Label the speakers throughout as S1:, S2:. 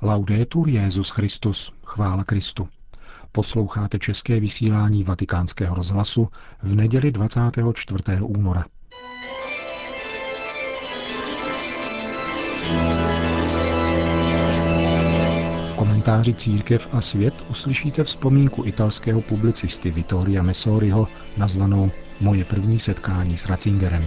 S1: Laudetur Jesus Christus, chvála Kristu. Posloucháte české vysílání Vatikánského rozhlasu v neděli 24. února. V komentáři Církev a svět uslyšíte vzpomínku italského publicisty Vittoria Messoriho nazvanou Moje první setkání s Ratzingerem.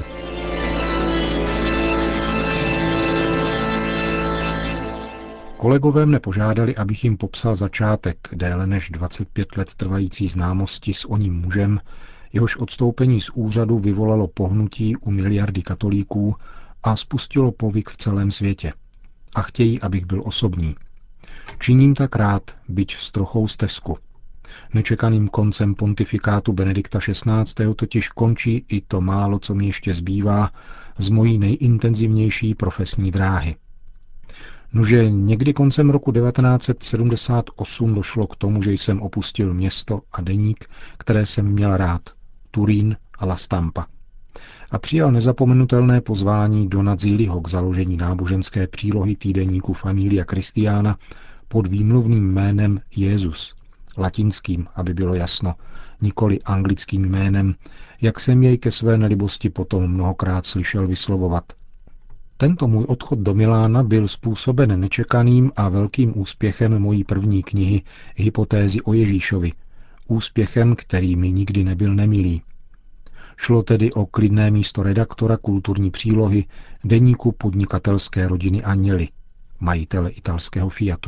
S1: Kolegové mne požádali, abych jim popsal začátek déle než 25 let trvající známosti s oním mužem, jehož odstoupení z úřadu vyvolalo pohnutí u miliardy katolíků a spustilo povyk v celém světě. A chtějí, abych byl osobní. Činím tak rád, byť s trochou stesku. Nečekaným koncem pontifikátu Benedikta XVI. Totiž končí i to málo, co mi ještě zbývá z mojí nejintenzivnější profesní dráhy. Nože někdy koncem roku 1978 došlo k tomu, že jsem opustil město a deník, které jsem měl rád, Turín a La Stampa. A přijal nezapomenutelné pozvání Dona Zilliho k založení náboženské přílohy týdeníku Familia Christiana pod výmluvným jménem Jezus, latinským, aby bylo jasno, nikoli anglickým jménem, jak jsem jej ke své nelibosti potom mnohokrát slyšel vyslovovat. Tento můj odchod do Milána byl způsoben nečekaným a velkým úspěchem mojí první knihy Hypotézy o Ježíšovi, úspěchem, který mi nikdy nebyl nemilý. Šlo tedy o klidné místo redaktora kulturní přílohy deníku podnikatelské rodiny Agnelli, majitele italského Fiatu.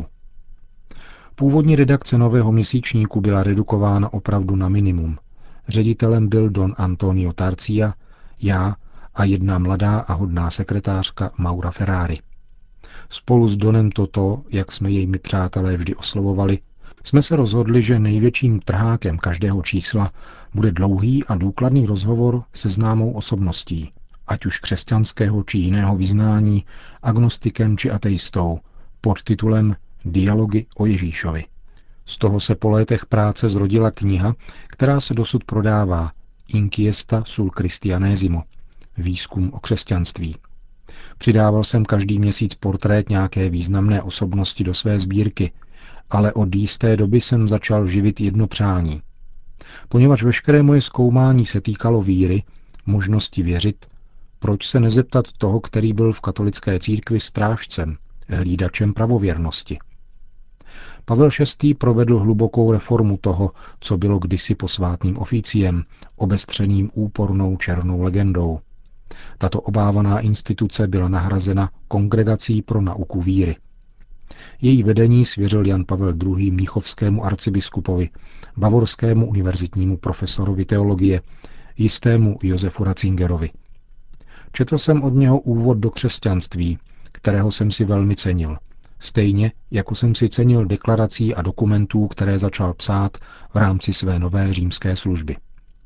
S1: Původní redakce nového měsíčníku byla redukována opravdu na minimum. Ředitelem byl Don Antonio Tarcia, já a jedna mladá a hodná sekretářka Maura Ferrari. Spolu s Donem Toto, jak jsme jej my přátelé vždy oslovovali, jsme se rozhodli, že největším trhákem každého čísla bude dlouhý a důkladný rozhovor se známou osobností, ať už křesťanského či jiného vyznání, agnostikem či ateistou, pod titulem Dialogy o Ježíšovi. Z toho se po létech práce zrodila kniha, která se dosud prodává, Inquiesta sul Cristianesimo, výzkum o křesťanství. Přidával jsem každý měsíc portrét nějaké významné osobnosti do své sbírky, ale od jisté doby jsem začal živit jedno přání. Poněvadž veškeré moje zkoumání se týkalo víry, možnosti věřit, proč se nezeptat toho, který byl v katolické církvi strážcem, hlídačem pravověrnosti. Pavel VI. Provedl hlubokou reformu toho, co bylo kdysi posvátným oficiem, obestřeným úpornou černou legendou. Tato obávaná instituce byla nahrazena Kongregací pro nauku víry. Její vedení svěřil Jan Pavel II. Mnichovskému arcibiskupovi, bavorskému univerzitnímu profesorovi teologie, jistému Josefu Ratzingerovi. Četl jsem od něho úvod do křesťanství, kterého jsem si velmi cenil. Stejně, jako jsem si cenil deklarací a dokumentů, které začal psát v rámci své nové římské služby.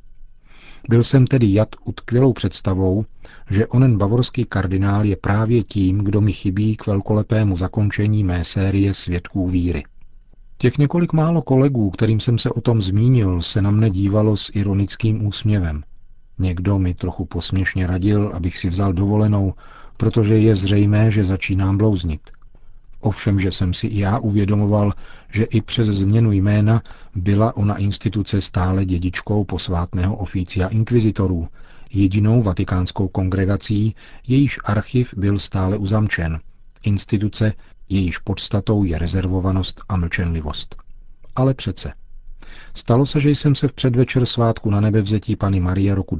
S1: Byl jsem tedy jat utkvělou představou, že onen bavorský kardinál je právě tím, kdo mi chybí k velkolepému zakončení mé série svědků víry. Těch několik málo kolegů, kterým jsem se o tom zmínil, se na mne dívalo s ironickým úsměvem. Někdo mi trochu posměšně radil, abych si vzal dovolenou, protože je zřejmé, že začínám blouznit. Ovšem, že jsem si i já uvědomoval, že i přes změnu jména byla ona instituce stále dědičkou posvátného oficia inkvizitorů, jedinou vatikánskou kongregací, jejíž archiv byl stále uzamčen, instituce, jejíž podstatou je rezervovanost a mlčenlivost. Ale přece. Stalo se, že jsem se v předvečer svátku na nebevzetí Panny Marie roku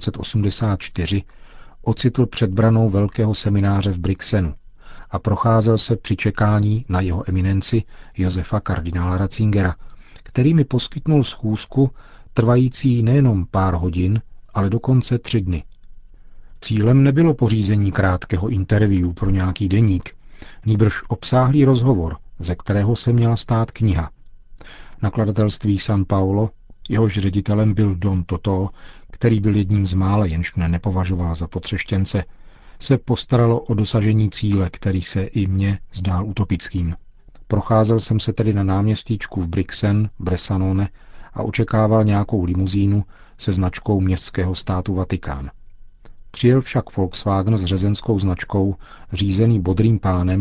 S1: 1984 ocitl před branou velkého semináře v Brixenu a procházel se při čekání na jeho eminenci Josefa kardinála Ratzingera, který mi poskytnul schůzku trvající nejenom pár hodin, ale dokonce 3 dny. Cílem nebylo pořízení krátkého interview pro nějaký deník, nýbrž obsáhlý rozhovor, ze kterého se měla stát kniha. Nakladatelství San Paolo, jehož ředitelem byl Don Toto, který byl jedním z mála, jenž mne nepovažoval za potřeštěnce, se postaralo o dosažení cíle, který se i mně zdál utopickým. Procházel jsem se tedy na náměstíčku v Brixen, Bressanone a očekával nějakou limuzínu se značkou městského státu Vatikán. Přijel však Volkswagen s řezenskou značkou, řízený bodrým pánem,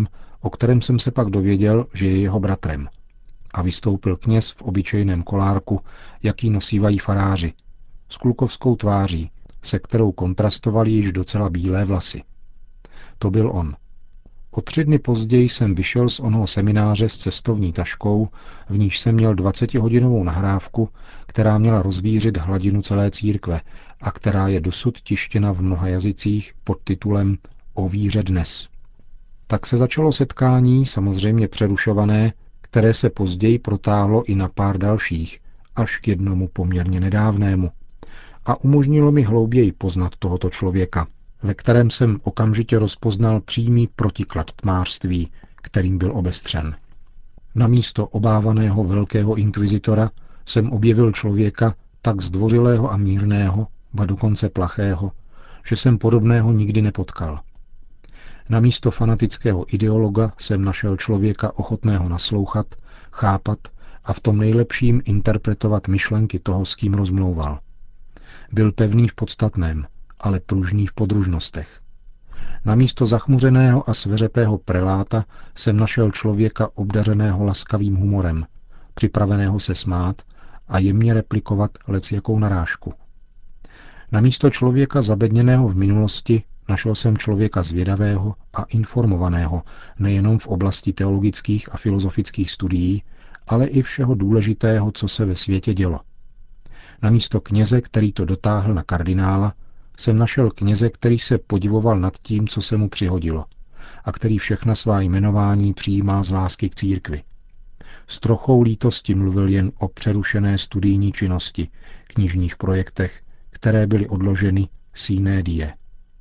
S1: o kterém jsem se pak dověděl, že je jeho bratrem. A vystoupil kněz v obyčejném kolárku, jaký nosívají faráři, s klukovskou tváří, se kterou kontrastovaly již docela bílé vlasy. To byl on. O 3 dny později jsem vyšel z onoho semináře s cestovní taškou, v níž jsem měl 20hodinovou nahrávku, která měla rozvířit hladinu celé církve a která je dosud tištěna v mnoha jazycích pod titulem O víře dnes. Tak se začalo setkání, samozřejmě přerušované, které se později protáhlo i na pár dalších, až k jednomu poměrně nedávnému. A umožnilo mi hlouběji poznat tohoto člověka, ve kterém jsem okamžitě rozpoznal přímý protiklad tmářství, kterým byl obestřen. Namísto obávaného velkého inkvizitora jsem objevil člověka tak zdvořilého a mírného, ba dokonce plachého, že jsem podobného nikdy nepotkal. Namísto fanatického ideologa jsem našel člověka ochotného naslouchat, chápat a v tom nejlepším interpretovat myšlenky toho, s kým rozmlouval. Byl pevný v podstatném, ale pružný v podružnostech. Namísto zachmuřeného a sveřepého preláta jsem našel člověka obdařeného laskavým humorem, připraveného se smát a jemně replikovat lecjakou narážku. Namísto člověka zabedněného v minulosti našel jsem člověka zvědavého a informovaného nejenom v oblasti teologických a filozofických studií, ale i všeho důležitého, co se ve světě dělo. Namísto kněze, který to dotáhl na kardinála, jsem našel kněze, který se podivoval nad tím, co se mu přihodilo a který všechna svá jmenování přijímal z lásky k církvi. S trochou lítosti mluvil jen o přerušené studijní činnosti, knižních projektech, které byly odloženy sine die.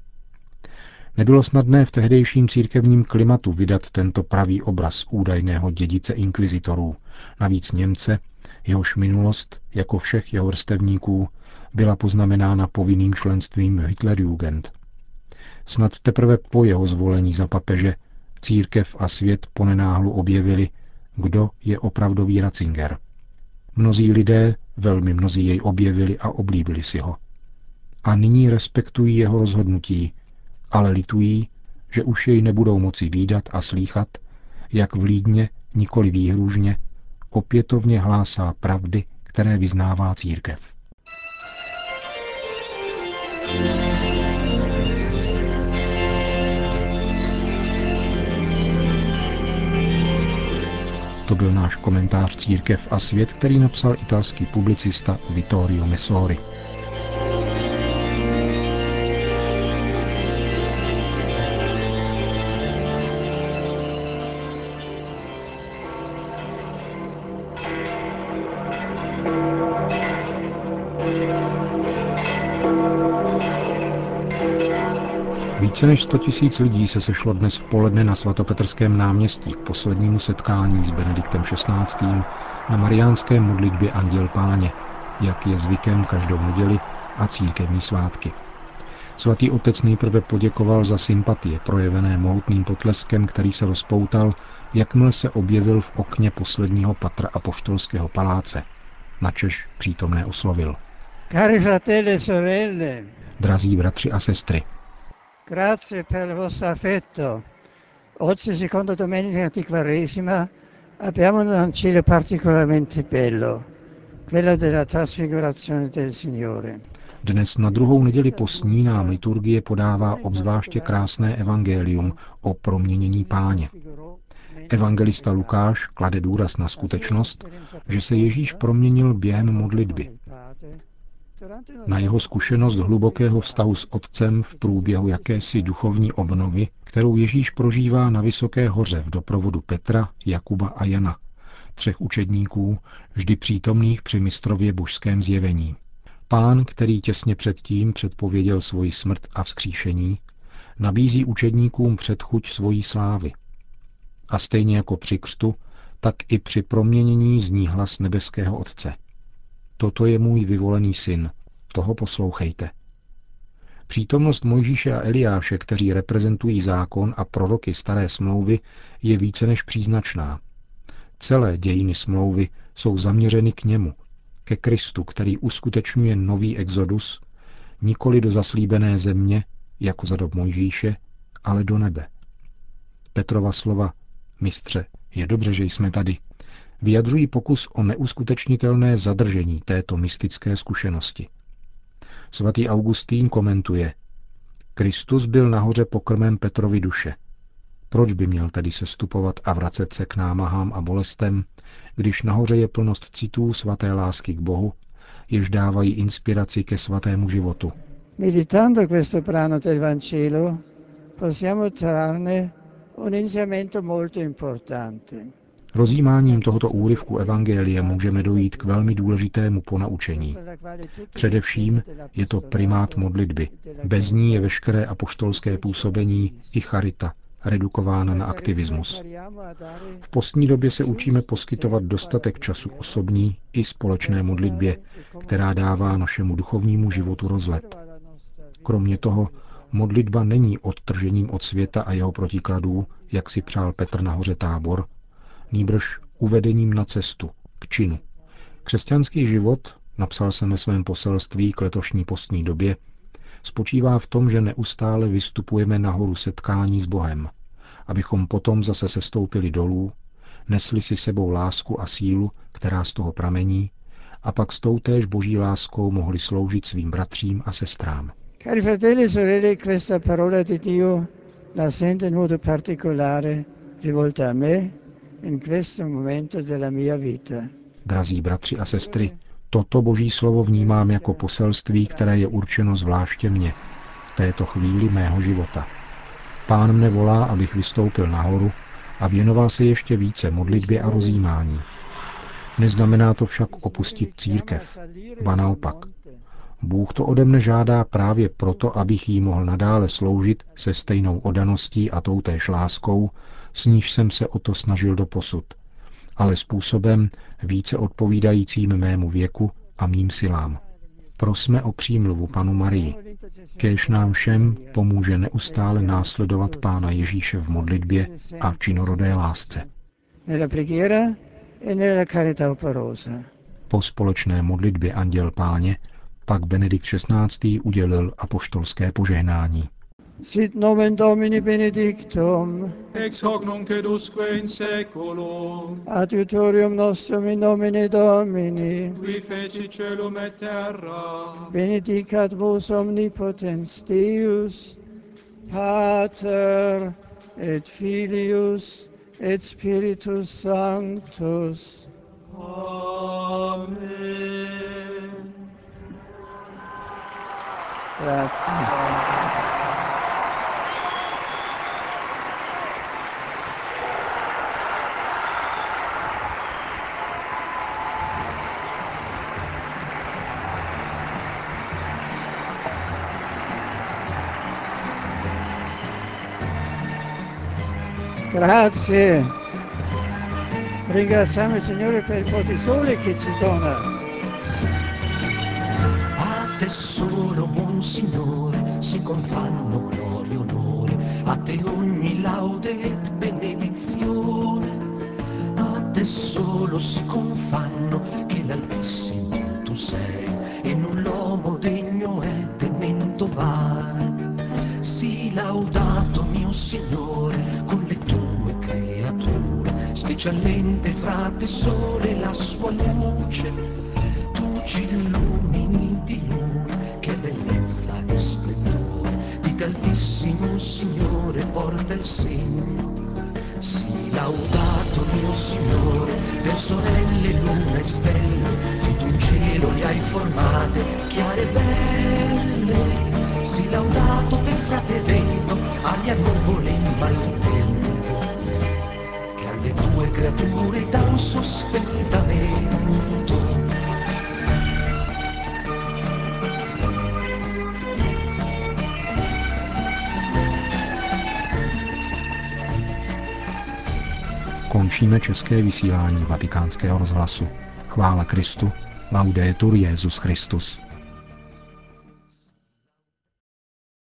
S1: Nebylo snadné v tehdejším církevním klimatu vydat tento pravý obraz údajného dědice inkvizitorů, navíc Němce, jehož minulost, jako všech jeho vrstevníků, byla poznamenána povinným členstvím v Hitlerjugend. Snad teprve po jeho zvolení za papeže církev a svět ponenáhlu objevili, kdo je opravdový Ratzinger. Mnozí lidé, velmi mnozí jej objevili a oblíbili si ho. A nyní respektují jeho rozhodnutí, ale litují, že už jej nebudou moci vídat a slýchat, jak vlídně, nikoli výhružně, opětovně hlásá pravdy, které vyznává církev. To byl náš komentář Církev a svět, který napsal italský publicista Vittorio Messori. Více než 100 000 lidí se sešlo dnes v poledne na svatopetrském náměstí k poslednímu setkání s Benediktem XVI. Na mariánské modlitbě Anděl Páně, jak je zvykem každou neděli a církevní svátky. Svatý otec nejprve poděkoval za sympatie projevené mohutným potleskem, který se rozpoutal, jakmile se objevil v okně posledního patra apoštolského paláce. Načež přítomné oslovil.
S2: Cari fratelli e sorelle,
S1: Drazí bratři a sestry,
S2: grazie per il vostro affetto. Oggi, seconda domenica di Quaresima, abbiamo un Vangelo particolarmente bello, quello della trasfigurazione del Signore.
S1: Dnes na druhou neděli postní nám liturgie podává obzvláště krásné evangelium o proměnění Páně. Evangelista Lukáš klade důraz na skutečnost, že se Ježíš proměnil během modlitby. Na jeho zkušenost hlubokého vztahu s Otcem v průběhu jakési duchovní obnovy, kterou Ježíš prožívá na Vysoké hoře v doprovodu Petra, Jakuba a Jana, 3 učedníků, vždy přítomných při mistrově božském zjevení. Pán, který těsně předtím předpověděl svoji smrt a vzkříšení, nabízí učedníkům předchuť svojí slávy. A stejně jako při křtu, tak i při proměnění zní hlas nebeského Otce. Toto je můj vyvolený syn, toho poslouchejte. Přítomnost Mojžíše a Eliáše, kteří reprezentují zákon a proroky staré smlouvy, je více než příznačná. Celé dějiny smlouvy jsou zaměřeny k němu, ke Kristu, který uskutečňuje nový exodus, nikoli do zaslíbené země, jako za dob Mojžíše, ale do nebe. Petrova slova Mistře, je dobře, že jsme tady. Vyjadřují pokus o neuskutečnitelné zadržení této mystické zkušenosti. Svatý Augustín komentuje: Kristus byl nahoře pokrmem Petrovy duše. Proč by měl tedy sestupovat a vracet se k námahám a bolestem, když nahoře je plnost citů svaté lásky k Bohu, jež dávají inspiraci ke svatému životu?
S2: Meditando questo brano del Vangelo, possiamo trarne un insegnamento molto importante.
S1: Rozjímáním tohoto úryvku evangelia můžeme dojít k velmi důležitému ponaučení. Především je to primát modlitby. Bez ní je veškeré apoštolské působení i charita redukována na aktivismus. V postní době se učíme poskytovat dostatek času osobní i společné modlitbě, která dává našemu duchovnímu životu rozlet. Kromě toho, modlitba není odtržením od světa a jeho protikladů, jak si přál Petr na hoře Tábor, nýbrž uvedením na cestu, k činu. Křesťanský život, napsal jsem ve svém poselství k letošní postní době, spočívá v tom, že neustále vystupujeme nahoru setkání s Bohem, abychom potom zase sestoupili dolů, nesli si sebou lásku a sílu, která z toho pramení, a pak s toutéž boží láskou mohli sloužit svým bratřím a sestrám.
S2: Cari fratelli e sorelle, questa parola di Dio la sento in modo particolare rivolta a me in questo momento della mia vita.
S1: Drazí bratři a sestry, toto boží slovo vnímám jako poselství, které je určeno zvláště mně, v této chvíli mého života. Pán mne volá, abych vystoupil nahoru a věnoval se ještě více modlitbě a rozjímání. Neznamená to však opustit církev, ba naopak. Bůh to ode mne žádá právě proto, abych jí mohl nadále sloužit se stejnou oddaností a toutéž láskou, s níž jsem se o to snažil doposud, ale způsobem více odpovídajícím mému věku a mým silám. Prosme o přímluvu Panu Marii, kéž nám všem pomůže neustále následovat Pána Ježíše v modlitbě a činorodé lásce. Po společné modlitbě Anděl Páně pak Benedikt XVI. Udělil apoštolské požehnání.
S2: Sit nomen Domini benedictum,
S3: ex hoc nunc et usque in seculum,
S2: adiutorium nostrum in nomine Domini,
S3: qui feci celum et terra,
S2: benedicat vos omnipotens Deus, Pater et Filius et Spiritus Sanctus.
S3: Amen.
S2: Grazie. Grazie. Ringraziamo il Signore per il po' di sole che ci dona.
S4: A te solo, buon Signore, si confanno gloria e onore, a te ogni laude et benedizione. A te solo si confanno che l'Altissimo tu sei, e null'uomo degno è temento vai. Sii laudato mio Signore con le tue creature, specialmente fra te sole la sua luce. Tu ci illumini di lui, che bellezza e splendore di t'Altissimo Signore porta il segno. Sii laudato mio Signore per sorelle, luna e stelle, tutto in cielo le hai formate, chiare e belle. Sii laudato per frate vento, aria, nuvole e maltempo, che alle tue creature dà un sostentamento.
S1: Končíme české vysílání Vatikánského rozhlasu. Chvála Kristu, laudetur Jesus Christus.